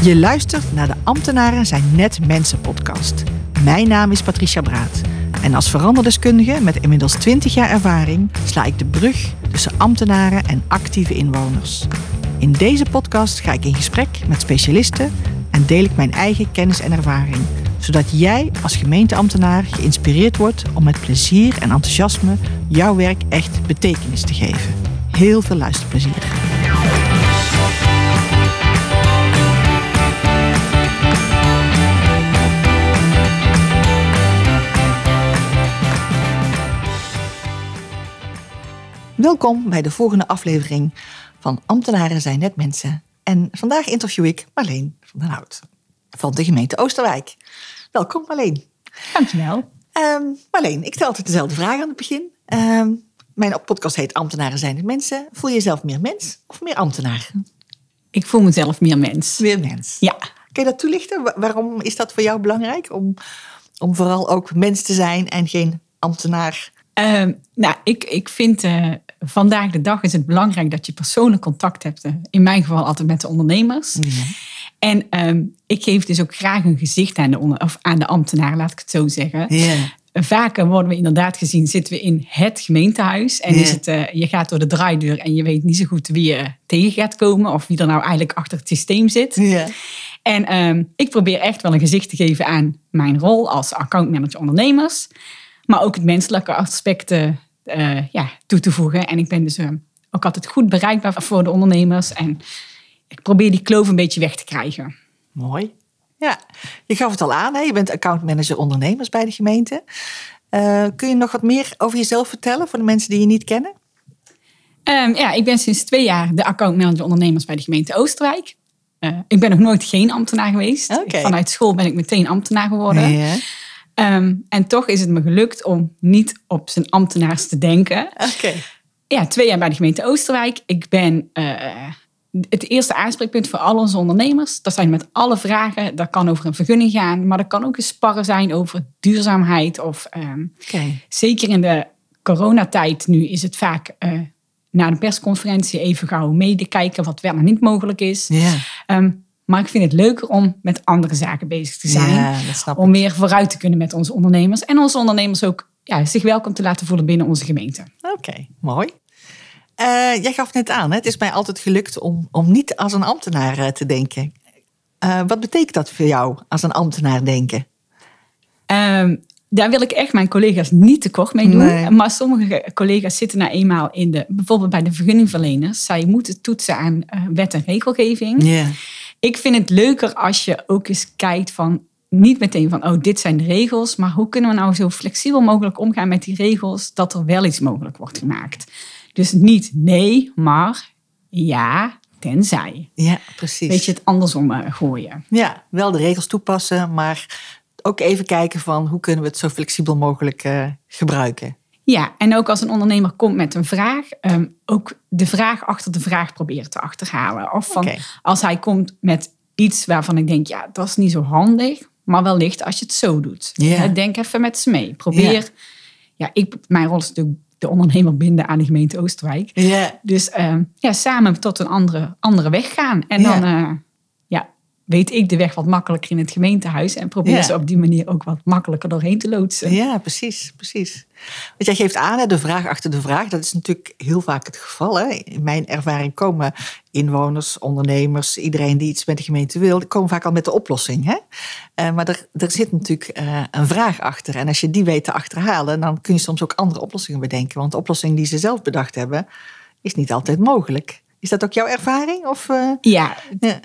Je luistert naar de Ambtenaren zijn net mensen podcast. Mijn naam is Patricia Braat. En als veranderdeskundige met inmiddels 20 jaar ervaring sla ik de brug tussen ambtenaren en actieve inwoners. In deze podcast ga ik in gesprek met specialisten en deel ik mijn eigen kennis en ervaring. Zodat jij als gemeenteambtenaar geïnspireerd wordt om met plezier en enthousiasme jouw werk echt betekenis te geven. Heel veel luisterplezier. Welkom bij de volgende aflevering van Ambtenaren zijn net mensen. En vandaag interview ik Marleen van den Hout van de gemeente Oosterwijk. Welkom Marleen. Dankjewel. Marleen, ik stel altijd dezelfde vraag aan het begin. Mijn podcast heet Ambtenaren zijn net mensen. Voel je jezelf meer mens of meer ambtenaar? Ik voel mezelf meer mens. Meer mens? Ja. Kun je dat toelichten? Waarom is dat voor jou belangrijk? Om vooral ook mens te zijn en geen ambtenaar? Ik vind vandaag de dag is het belangrijk dat je persoonlijk contact hebt. In mijn geval altijd met de ondernemers. Ja. En ik geef dus ook graag een gezicht aan de ambtenaar, laat ik het zo zeggen. Ja. Vaker worden we inderdaad gezien, zitten we in het gemeentehuis. En is het, je gaat door de draaideur en je weet niet zo goed wie je tegen gaat komen. Of wie er nou eigenlijk achter het systeem zit. Ja. En ik probeer echt wel een gezicht te geven aan mijn rol als accountmanager ondernemers. Maar ook het menselijke aspecten toe te voegen. En ik ben dus ook altijd goed bereikbaar voor de ondernemers. En ik probeer die kloof een beetje weg te krijgen. Mooi. Ja, je gaf het al aan. Hè? Je bent accountmanager ondernemers bij de gemeente. Kun je nog wat meer over jezelf vertellen voor de mensen die je niet kennen? Ik ben sinds 2 jaar de accountmanager ondernemers bij de gemeente Oosterwijk. Ik ben nog nooit geen ambtenaar geweest. Okay. Vanuit school ben ik meteen ambtenaar geworden. Ja. En toch is het me gelukt om niet op zijn ambtenaars te denken. Okay. Ja, 2 jaar bij de gemeente Oosterwijk. Ik ben het eerste aanspreekpunt voor al onze ondernemers. Dat zijn met alle vragen. Dat kan over een vergunning gaan. Maar dat kan ook een sparren zijn over duurzaamheid. Of zeker in de coronatijd nu is het vaak na de persconferentie even gauw medekijken wat wel en niet mogelijk is. Yeah. Maar ik vind het leuker om met andere zaken bezig te zijn. Ja, dat snap ik. Om meer vooruit te kunnen met onze ondernemers. En onze ondernemers ook zich welkom te laten voelen binnen onze gemeente. Oké, mooi. Jij gaf net aan, hè? Het is mij altijd gelukt om niet als een ambtenaar te denken. Wat betekent dat voor jou als een ambtenaar denken? Daar wil ik echt mijn collega's niet tekort mee doen. Nee. Maar sommige collega's zitten nou eenmaal bijvoorbeeld bij de vergunningverleners. Zij moeten toetsen aan wet en regelgeving. Yeah. Ik vind het leuker als je ook eens kijkt van niet meteen van dit zijn de regels. Maar hoe kunnen we nou zo flexibel mogelijk omgaan met die regels dat er wel iets mogelijk wordt gemaakt. Dus niet nee, maar ja, tenzij. Ja, precies. Weet je, het andersom gooien. Ja, wel de regels toepassen, maar ook even kijken van hoe kunnen we het zo flexibel mogelijk gebruiken. Ja, en ook als een ondernemer komt met een vraag, ook de vraag achter de vraag proberen te achterhalen. Of van als hij komt met iets waarvan ik denk, ja, dat is niet zo handig, maar wellicht als je het zo doet. Yeah. Denk even met ze mee. Probeer, mijn rol is natuurlijk de ondernemer binden aan de gemeente Oosterwijk. Yeah. Dus samen tot een andere weg gaan. En dan weet ik de weg wat makkelijker in het gemeentehuis. En probeer ze op die manier ook wat makkelijker doorheen te loodsen. Ja, precies. Want jij geeft aan, de vraag achter de vraag. Dat is natuurlijk heel vaak het geval. Hè? In mijn ervaring komen inwoners, ondernemers, iedereen die iets met de gemeente wil, komen vaak al met de oplossing. Hè? Maar er zit natuurlijk een vraag achter. En als je die weet te achterhalen, dan kun je soms ook andere oplossingen bedenken. Want de oplossing die ze zelf bedacht hebben, is niet altijd mogelijk. Is dat ook jouw ervaring? Of, Ja.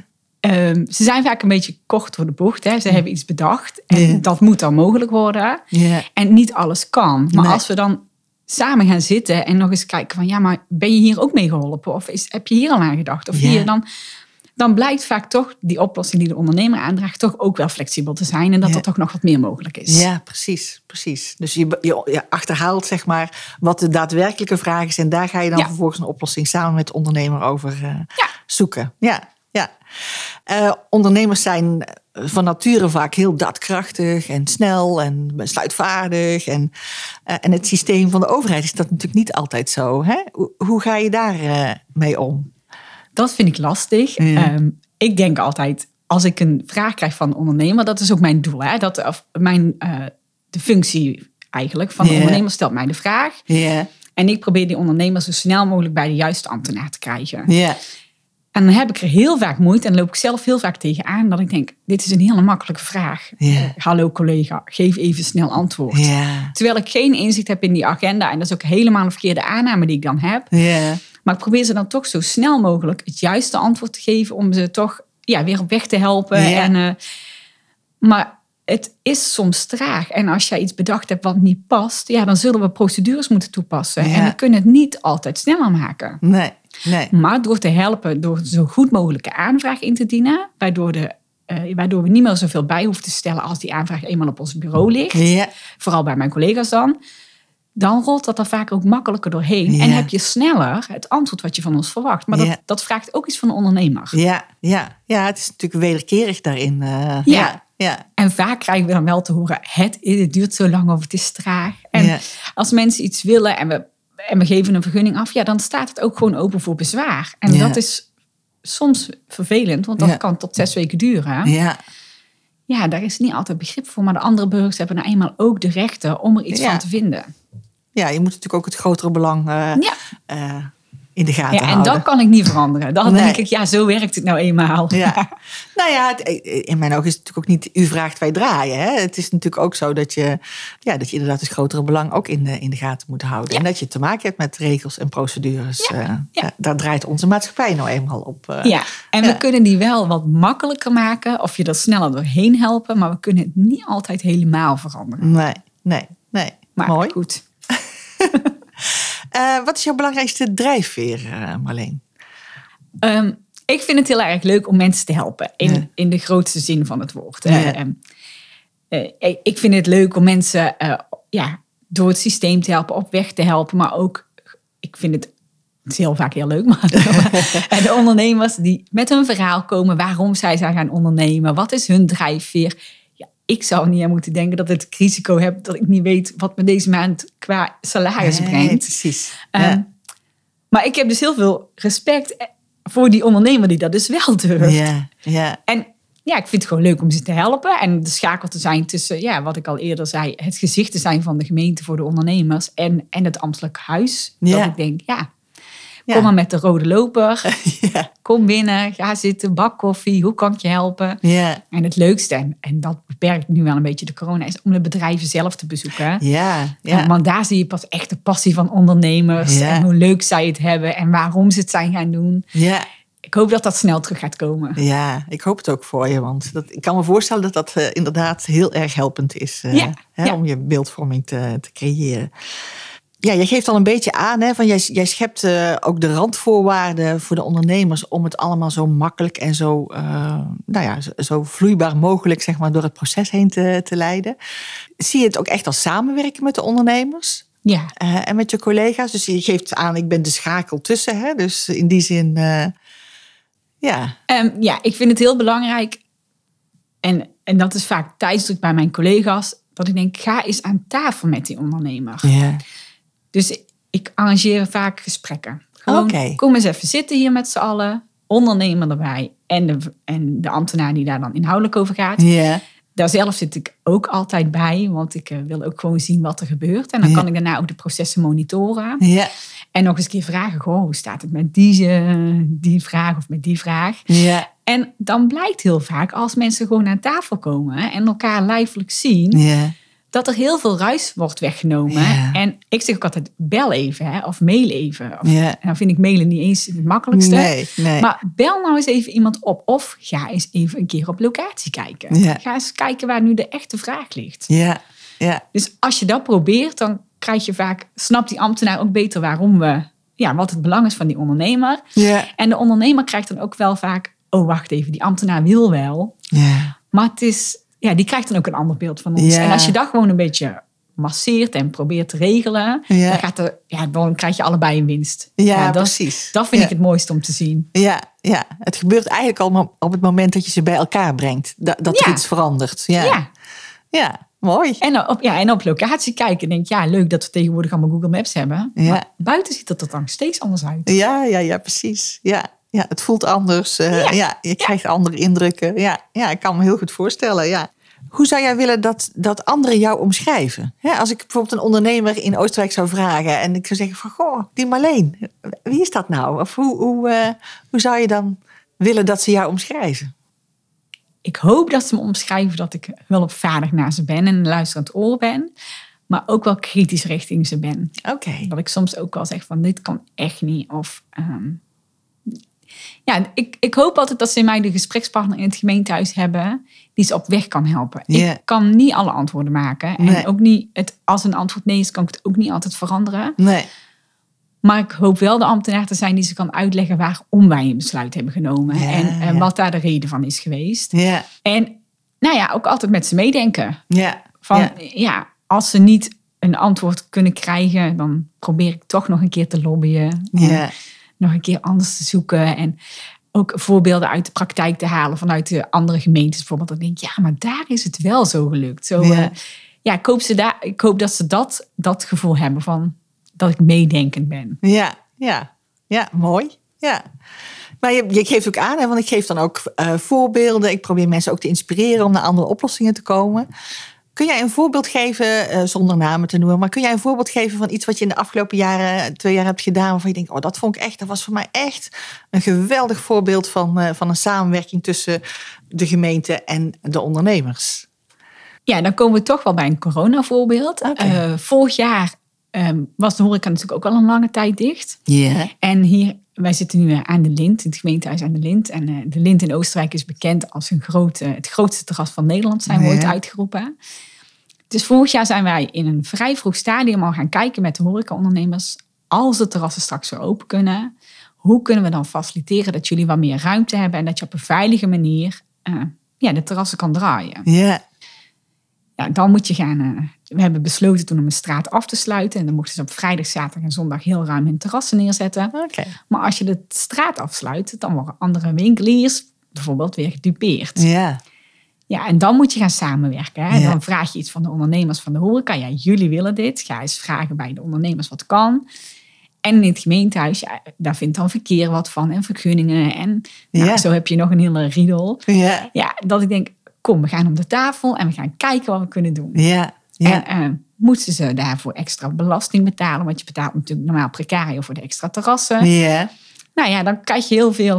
Ze zijn vaak een beetje kort door de bocht. Hè. Ze hebben iets bedacht en dat moet dan mogelijk worden. Yeah. En niet alles kan. Maar als we dan samen gaan zitten en nog eens kijken van ja, maar ben je hier ook mee geholpen? Of heb je hier al aan gedacht? Of hier dan blijkt vaak toch die oplossing die de ondernemer aandraagt toch ook wel flexibel te zijn en dat er toch nog wat meer mogelijk is. Ja, precies. Dus je achterhaalt zeg maar wat de daadwerkelijke vraag is en daar ga je dan vervolgens een oplossing samen met de ondernemer over zoeken. Ja. Ondernemers zijn van nature vaak heel daadkrachtig en snel en besluitvaardig. En het systeem van de overheid is dat natuurlijk niet altijd zo. Hè? Hoe ga je daar mee om? Dat vind ik lastig. Ik denk altijd, als ik een vraag krijg van een ondernemer, dat is ook mijn doel. Hè? De functie eigenlijk van de ondernemer stelt mij de vraag. Yeah. En ik probeer die ondernemer zo snel mogelijk bij de juiste ambtenaar te krijgen. Yeah. En dan heb ik er heel vaak moeite en loop ik zelf heel vaak tegenaan dat ik denk, dit is een hele makkelijke vraag. Yeah. Hallo collega, geef even snel antwoord. Yeah. Terwijl ik geen inzicht heb in die agenda. En dat is ook helemaal een verkeerde aanname die ik dan heb. Yeah. Maar ik probeer ze dan toch zo snel mogelijk het juiste antwoord te geven om ze toch weer op weg te helpen. Yeah. Maar het is soms traag. En als jij iets bedacht hebt wat niet past, dan zullen we procedures moeten toepassen. Ja. En we kunnen het niet altijd sneller maken. Nee. Maar door te helpen, door zo goed mogelijke aanvraag in te dienen, waardoor we niet meer zoveel bij hoeven te stellen als die aanvraag eenmaal op ons bureau ligt. Yeah. Vooral bij mijn collega's dan rolt dat er vaak ook makkelijker doorheen. Ja. En heb je sneller het antwoord wat je van ons verwacht. Maar dat vraagt ook iets van de ondernemer. Ja, het is natuurlijk wederkerig daarin. Ja. Ja. En vaak krijgen we dan wel te horen, het duurt zo lang of het is traag. En als mensen iets willen en we geven een vergunning af, dan staat het ook gewoon open voor bezwaar. En dat is soms vervelend, want dat kan tot 6 weken duren. Ja, daar is niet altijd begrip voor. Maar de andere burgers hebben nou eenmaal ook de rechten om er iets van te vinden. Ja, je moet natuurlijk ook het grotere belang in de gaten houden. En dat kan ik niet veranderen. Dan denk ik, zo werkt het nou eenmaal. Ja. Nou ja, in mijn ogen is het natuurlijk ook niet u vraagt, wij draaien. Hè? Het is natuurlijk ook zo dat je inderdaad het grotere belang ook in de gaten moet houden. Ja. En dat je te maken hebt met regels en procedures. Daar draait onze maatschappij nou eenmaal op. We kunnen die wel wat makkelijker maken. Of je er sneller doorheen helpen. Maar we kunnen het niet altijd helemaal veranderen. Nee. Maar mooi. Goed. Wat is jouw belangrijkste drijfveer, Marleen? Ik vind het heel erg leuk om mensen te helpen. In de grootste zin van het woord. Ik vind het leuk om mensen door het systeem te helpen, op weg te helpen. Maar ook, ik vind het is heel vaak heel leuk. Maar de ondernemers die met hun verhaal komen. Waarom zij zijn gaan ondernemen. Wat is hun drijfveer? Ik zou niet aan moeten denken dat ik het risico heb dat ik niet weet wat me deze maand qua salaris brengt. Nee, precies. Maar ik heb dus heel veel respect voor die ondernemer die dat dus wel durft. Ja. En ik vind het gewoon leuk om ze te helpen. En de schakel te zijn tussen, wat ik al eerder zei, het gezicht te zijn van de gemeente voor de ondernemers en het ambtelijk huis. Dat ik denk, kom maar met de rode loper. Kom binnen, ga zitten, bak koffie. Hoe kan ik je helpen? En het leukste, en dat beperkt nu wel een beetje de corona, is om de bedrijven zelf te bezoeken. Want daar zie je pas echt de passie van ondernemers. En hoe leuk zij het hebben en waarom ze het zijn gaan doen. Ik hoop dat dat snel terug gaat komen. Ja, ik hoop het ook voor je. Want ik kan me voorstellen dat inderdaad heel erg helpend is. Om je beeldvorming te creëren. Ja, jij geeft al een beetje aan, hè, van jij schept ook de randvoorwaarden voor de ondernemers om het allemaal zo makkelijk en zo vloeibaar mogelijk, zeg maar, door het proces heen te leiden. Zie je het ook echt als samenwerken met de ondernemers? Ja. En met je collega's? Dus je geeft aan, ik ben de schakel tussen, hè? Dus in die zin, ik vind het heel belangrijk. En dat is vaak tijdsdruk bij mijn collega's. Dat ik denk, ga eens aan tafel met die ondernemer. Dus ik arrangeer vaak gesprekken. Gewoon, kom eens even zitten hier met z'n allen. Ondernemer erbij. En de ambtenaar die daar dan inhoudelijk over gaat. Daar zelf zit ik ook altijd bij. Want ik wil ook gewoon zien wat er gebeurt. En dan kan ik daarna ook de processen monitoren. En nog eens een keer vragen. Hoe staat het met die vraag of met die vraag? En dan blijkt heel vaak als mensen gewoon aan tafel komen. En elkaar lijfelijk zien. Dat er heel veel ruis wordt weggenomen. En ik zeg ook altijd, bel even of mail even. En dan vind ik mailen niet eens het makkelijkste. Nee. Maar bel nou eens even iemand op. Of ga eens even een keer op locatie kijken. Ga eens kijken waar nu de echte vraag ligt. Dus als je dat probeert, dan krijg je vaak, snapt die ambtenaar ook beter waarom wat het belang is van die ondernemer. En de ondernemer krijgt dan ook wel vaak, wacht even, die ambtenaar wil wel. Maar het is... die krijgt dan ook een ander beeld van ons. En als je dat gewoon een beetje masseert en probeert te regelen, dan krijg je allebei een winst. Precies. Dat vind ik het mooiste om te zien. Ja, het gebeurt eigenlijk al op het moment dat je ze bij elkaar brengt. Dat er iets verandert. Ja, mooi. En op locatie kijken. Denk leuk dat we tegenwoordig allemaal Google Maps hebben. Maar buiten ziet het er dan steeds anders uit. Ja, precies. Ja, het voelt anders. Je krijgt andere indrukken. Ja, ik kan me heel goed voorstellen. Ja. Hoe zou jij willen dat anderen jou omschrijven? Als ik bijvoorbeeld een ondernemer in Oostenrijk zou vragen en ik zou zeggen van, goh, die Marleen, wie is dat nou? Of hoe zou je dan willen dat ze jou omschrijven? Ik hoop dat ze me omschrijven dat ik hulpvaardig naar ze ben en een luisterend oor ben. Maar ook wel kritisch richting ze ben. Oké. Dat ik soms ook wel zeg van, dit kan echt niet. Of ik hoop altijd dat ze in mij de gesprekspartner in het gemeentehuis hebben die ze op weg kan helpen. Yeah. Ik kan niet alle antwoorden maken. Nee. En ook niet, als een antwoord nee is, kan ik het ook niet altijd veranderen. Nee. Maar ik hoop wel de ambtenaar te zijn die ze kan uitleggen waarom wij een besluit hebben genomen. En wat daar de reden van is geweest. Ja. En ook altijd met ze meedenken. Ja. Als ze niet een antwoord kunnen krijgen, dan probeer ik toch nog een keer te lobbyen. Ja. Nog een keer anders te zoeken. En ook voorbeelden uit de praktijk te halen vanuit de andere gemeentes. Bijvoorbeeld, dat ik denk, maar daar is het wel zo gelukt. Ik hoop dat ze dat gevoel hebben van dat ik meedenkend ben. Ja, mooi. Ja. Maar je geeft ook aan, want ik geef dan ook voorbeelden. Ik probeer mensen ook te inspireren om naar andere oplossingen te komen. Kun jij een voorbeeld geven, zonder namen te noemen, maar kun jij een voorbeeld geven van iets wat je in de afgelopen 2 jaar hebt gedaan, waarvan je denkt, dat was voor mij echt een geweldig voorbeeld van een samenwerking tussen de gemeente en de ondernemers? Ja, dan komen we toch wel bij een coronavoorbeeld. Okay. Vorig jaar was de horeca natuurlijk ook al een lange tijd dicht. Yeah. En hier, wij zitten nu aan de Lint, in het gemeentehuis aan de Lint. En de Lint in Oostenrijk is bekend als het grootste terras van Nederland, zijn we ooit uitgeroepen. Dus vorig jaar zijn wij in een vrij vroeg stadium al gaan kijken met de horecaondernemers. Als de terrassen straks weer open kunnen, hoe kunnen we dan faciliteren dat jullie wat meer ruimte hebben en dat je op een veilige manier de terrassen kan draaien. Yeah. Ja, dan moet je gaan. We hebben besloten toen om een straat af te sluiten. En dan mochten ze op vrijdag, zaterdag en zondag heel ruim hun terrassen neerzetten. Okay. Maar als je de straat afsluit, dan worden andere winkeliers bijvoorbeeld weer gedupeerd. Yeah. Ja, en dan moet je gaan samenwerken. Hè? Dan vraag je iets van de ondernemers van de horeca. Ja, jullie willen dit. Ga eens vragen bij de ondernemers wat kan. En in het gemeentehuis, daar vindt dan verkeer wat van en vergunningen. En zo heb je nog een hele riedel. Yeah. Ja, dat ik denk, kom, we gaan om de tafel en we gaan kijken wat we kunnen doen. Ja. En moeten ze daarvoor extra belasting betalen? Want je betaalt natuurlijk normaal precario voor de extra terrassen. Ja. Nou ja, dan krijg je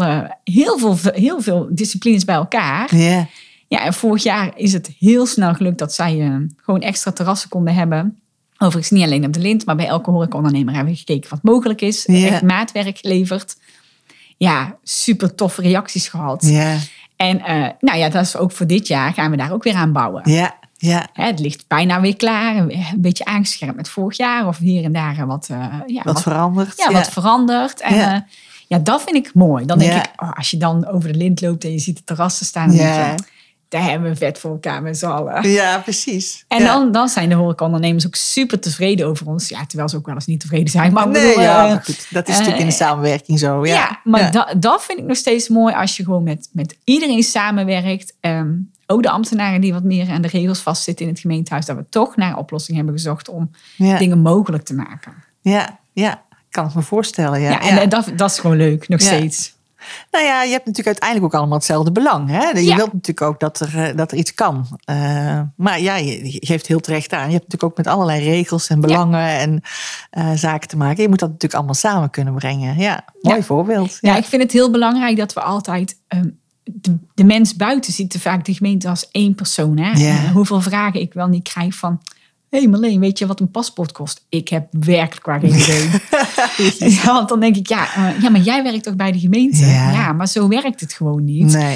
heel veel disciplines bij elkaar. Ja. Ja, en vorig jaar is het heel snel gelukt dat zij gewoon extra terrassen konden hebben. Overigens niet alleen op de Lint, maar bij elke horecaondernemer hebben we gekeken wat mogelijk is. Ja. Echt maatwerk geleverd. Ja, super toffe reacties gehad. Ja. En dat is ook voor dit jaar gaan we daar ook weer aan bouwen. Ja. Ja. Het ligt bijna weer klaar. Een beetje aangescherpt met vorig jaar. Of hier en daar wat veranderd. Ja, wat veranderd. En dat vind ik mooi. Dan denk ik, als je dan over de Lint loopt en je ziet de terrassen staan. Dan denk je, daar hebben we vet voor elkaar met z'n allen. Ja, precies. En dan zijn de horecaondernemers ook super tevreden over ons. Ja, terwijl ze ook wel eens niet tevreden zijn. Maar maar goed, dat is natuurlijk in de samenwerking zo. Ja, maar dat vind ik nog steeds mooi als je gewoon met iedereen samenwerkt. Ook de ambtenaren die wat meer aan de regels vastzitten in het gemeentehuis. Dat we toch naar een oplossing hebben gezocht om dingen mogelijk te maken. Ja, kan ik me voorstellen. En dat is gewoon leuk, nog steeds. Nou ja, je hebt natuurlijk uiteindelijk ook allemaal hetzelfde belang. Hè? Je wilt natuurlijk ook dat er iets kan. Maar je geeft heel terecht aan. Je hebt natuurlijk ook met allerlei regels en belangen en zaken te maken. Je moet dat natuurlijk allemaal samen kunnen brengen. Ja, mooi voorbeeld. Ja, ik vind het heel belangrijk dat we altijd de mens buiten ziet te vaak de gemeente als één persoon. Hè? Ja. Hoeveel vragen ik wel niet krijg van... Hé Marleen, weet je wat een paspoort kost? Ik heb werkelijk waar geen idee. Want dan denk ik, maar jij werkt toch bij de gemeente? Ja, maar zo werkt het gewoon niet. Nee.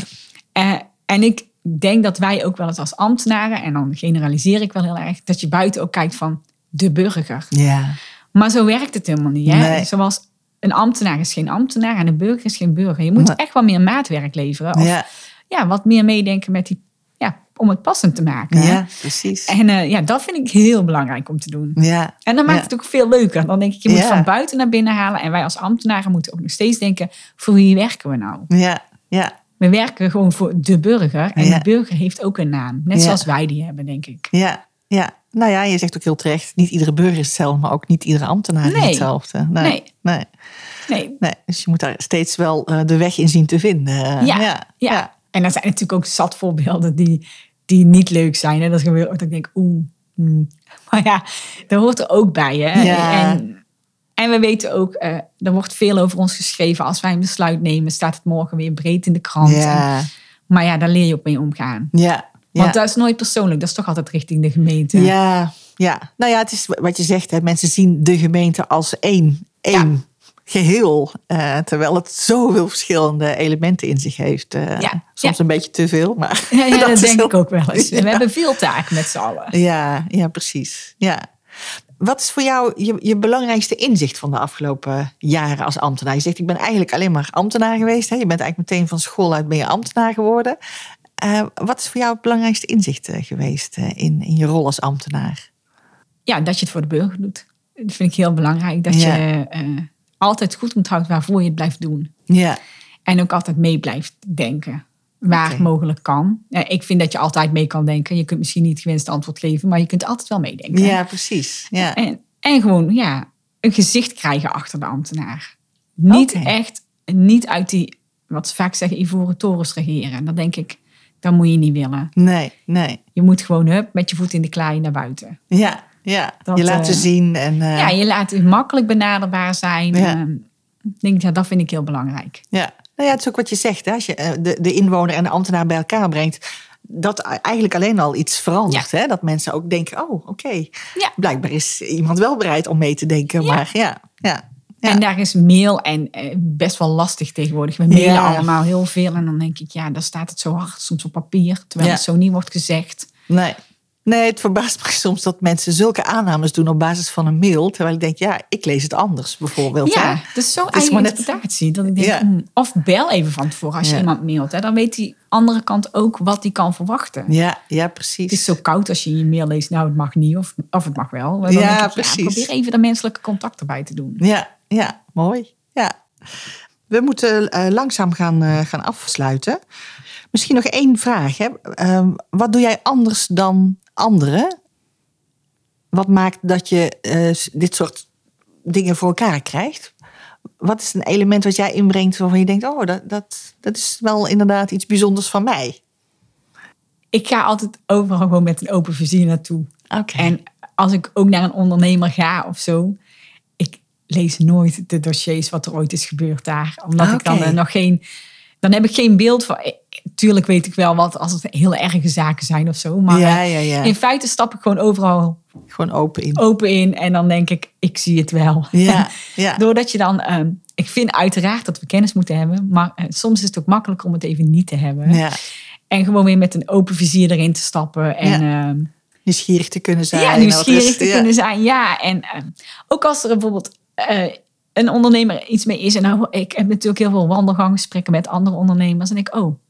En ik denk dat wij ook wel eens als ambtenaren... en dan generaliseer ik wel heel erg... dat je buiten ook kijkt van de burger. Ja. Maar zo werkt het helemaal niet. Hè? Nee. Zoals een ambtenaar is geen ambtenaar... en een burger is geen burger. Je moet echt wel meer maatwerk leveren. Of wat meer meedenken met die... om het passend te maken. Ja, precies. En dat vind ik heel belangrijk om te doen. Ja. En dan maakt het ook veel leuker. Dan denk ik, je moet van buiten naar binnen halen. En wij als ambtenaren moeten ook nog steeds denken... voor wie werken we nou? Ja. We werken gewoon voor de burger. En de burger heeft ook een naam. Net zoals wij die hebben, denk ik. Ja. Nou ja, je zegt ook heel terecht... niet iedere burger is hetzelfde... maar ook niet iedere ambtenaar is hetzelfde. Nee. Nee. Dus je moet daar steeds wel de weg in zien te vinden. Ja. En er zijn natuurlijk ook zat voorbeelden die niet leuk zijn. Hè? Dat gebeurt ook dat ik denk, Maar ja, dat hoort er ook bij. Hè? Ja. En we weten ook, er wordt veel over ons geschreven. Als wij een besluit nemen, staat het morgen weer breed in de krant. Ja. Maar ja, daar leer je ook mee omgaan. Ja. Want dat is nooit persoonlijk. Dat is toch altijd richting de gemeente. Ja. Nou ja, het is wat je zegt. Hè. Mensen zien de gemeente als één geheel. Terwijl het zoveel verschillende elementen in zich heeft. Soms een beetje te veel. Maar dat denk ik ook wel eens. We hebben veel taken met z'n allen. Ja, precies. Ja. Wat is voor jou je belangrijkste inzicht van de afgelopen jaren als ambtenaar? Je zegt, ik ben eigenlijk alleen maar ambtenaar geweest. Hè? Je bent eigenlijk meteen van school uit ben je ambtenaar geworden. Wat is voor jou het belangrijkste inzicht geweest in je rol als ambtenaar? Ja, dat je het voor de burger doet. Dat vind ik heel belangrijk. Dat je altijd goed onthoudt waarvoor je het blijft doen. Ja. En ook altijd mee blijft denken. Waar het mogelijk kan. Ik vind dat je altijd mee kan denken. Je kunt misschien niet het gewenste antwoord geven, maar je kunt altijd wel meedenken. Ja, precies. Ja. En gewoon een gezicht krijgen achter de ambtenaar. Niet uit die, wat ze vaak zeggen, ivoren torens regeren. Dat denk ik, dat moet je niet willen. Nee. Je moet gewoon met je voet in de klei naar buiten. Ja. Je laat ze zien. En, je laat makkelijk benaderbaar zijn. Ik denk, dat vind ik heel belangrijk. Ja. Nou ja, het is ook wat je zegt. Hè? Als je de inwoner en de ambtenaar bij elkaar brengt, dat eigenlijk alleen al iets verandert. Ja. Hè? Dat mensen ook denken, oké. Blijkbaar is iemand wel bereid om mee te denken. Ja. Maar ja. En daar is mail en best wel lastig tegenwoordig. We mailen allemaal heel veel. En dan denk ik, daar staat het zo hard soms op papier. Terwijl het zo niet wordt gezegd. Nee, het verbaast me soms dat mensen zulke aannames doen op basis van een mail. Terwijl ik denk, ik lees het anders bijvoorbeeld. Ja, dat is zo'n eigen interpretatie. Dat ik denk, of bel even van tevoren als je iemand mailt. Hè, dan weet die andere kant ook wat die kan verwachten. Ja, precies. Het is zo koud als je je mail leest. Nou, het mag niet of het mag wel. Dan denk ik, precies. Probeer even de menselijke contact erbij te doen. Ja, mooi. Ja. We moeten langzaam gaan afsluiten. Misschien nog 1 vraag. Hè? Wat doe jij anders dan anderen? Wat maakt dat je dit soort dingen voor elkaar krijgt? Wat is een element wat jij inbrengt waarvan je denkt, dat is wel inderdaad iets bijzonders van mij? Ik ga altijd overal gewoon met een open vizier naartoe. Okay. En als ik ook naar een ondernemer ga of zo, ik lees nooit de dossiers wat er ooit is gebeurd daar. Omdat ik dan nog geen... Dan heb ik geen beeld van... Tuurlijk weet ik wel wat als het heel erge zaken zijn of zo. Maar in feite stap ik gewoon overal open in. En dan denk ik zie het wel. Ja. Doordat je dan... ik vind uiteraard dat we kennis moeten hebben. Maar soms is het ook makkelijker om het even niet te hebben. Ja. En gewoon weer met een open vizier erin te stappen. En, nieuwsgierig te kunnen zijn. Ja, nieuwsgierig te kunnen zijn. Ja, en ook als er bijvoorbeeld... een ondernemer iets mee is. En ik heb natuurlijk heel veel wandelganggesprekken met andere ondernemers. En ik,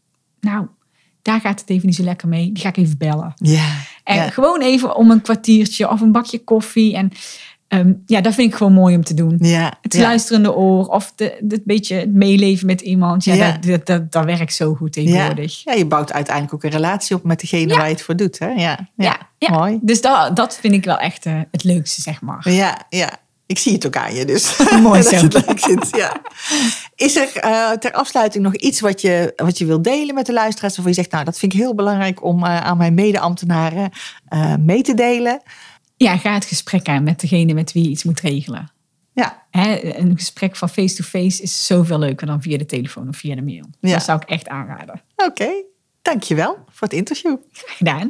daar gaat het even niet zo lekker mee. Die ga ik even bellen. Ja. En gewoon even om een kwartiertje of een bakje koffie. En dat vind ik gewoon mooi om te doen. Ja. Het luisterende oor of het beetje meeleven met iemand. Dat werkt zo goed tegenwoordig. Ja, je bouwt uiteindelijk ook een relatie op met degene waar je het voor doet. Hè? Ja. Mooi. Dus dat vind ik wel echt het leukste, zeg maar. Ja. Ik zie het ook aan je, dus mooi dat zo. je het leuk vindt. Ja. Is er ter afsluiting nog iets wat je wilt delen met de luisteraars? Of je zegt, dat vind ik heel belangrijk om aan mijn mede-ambtenaren mee te delen? Ja, ga het gesprek aan met degene met wie je iets moet regelen. Ja. Een gesprek van face-to-face is zoveel leuker dan via de telefoon of via de mail. Ja. Dat zou ik echt aanraden. Oké, dankjewel voor het interview. Graag gedaan.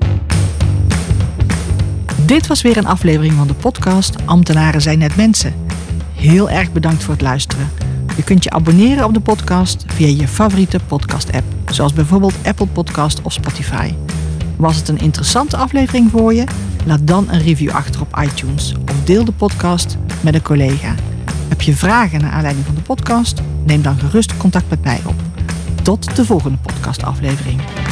Dit was weer een aflevering van de podcast Ambtenaren zijn net mensen. Heel erg bedankt voor het luisteren. Je kunt je abonneren op de podcast via je favoriete podcast-app, zoals bijvoorbeeld Apple Podcast of Spotify. Was het een interessante aflevering voor je? Laat dan een review achter op iTunes of deel de podcast met een collega. Heb je vragen naar aanleiding van de podcast? Neem dan gerust contact met mij op. Tot de volgende podcastaflevering.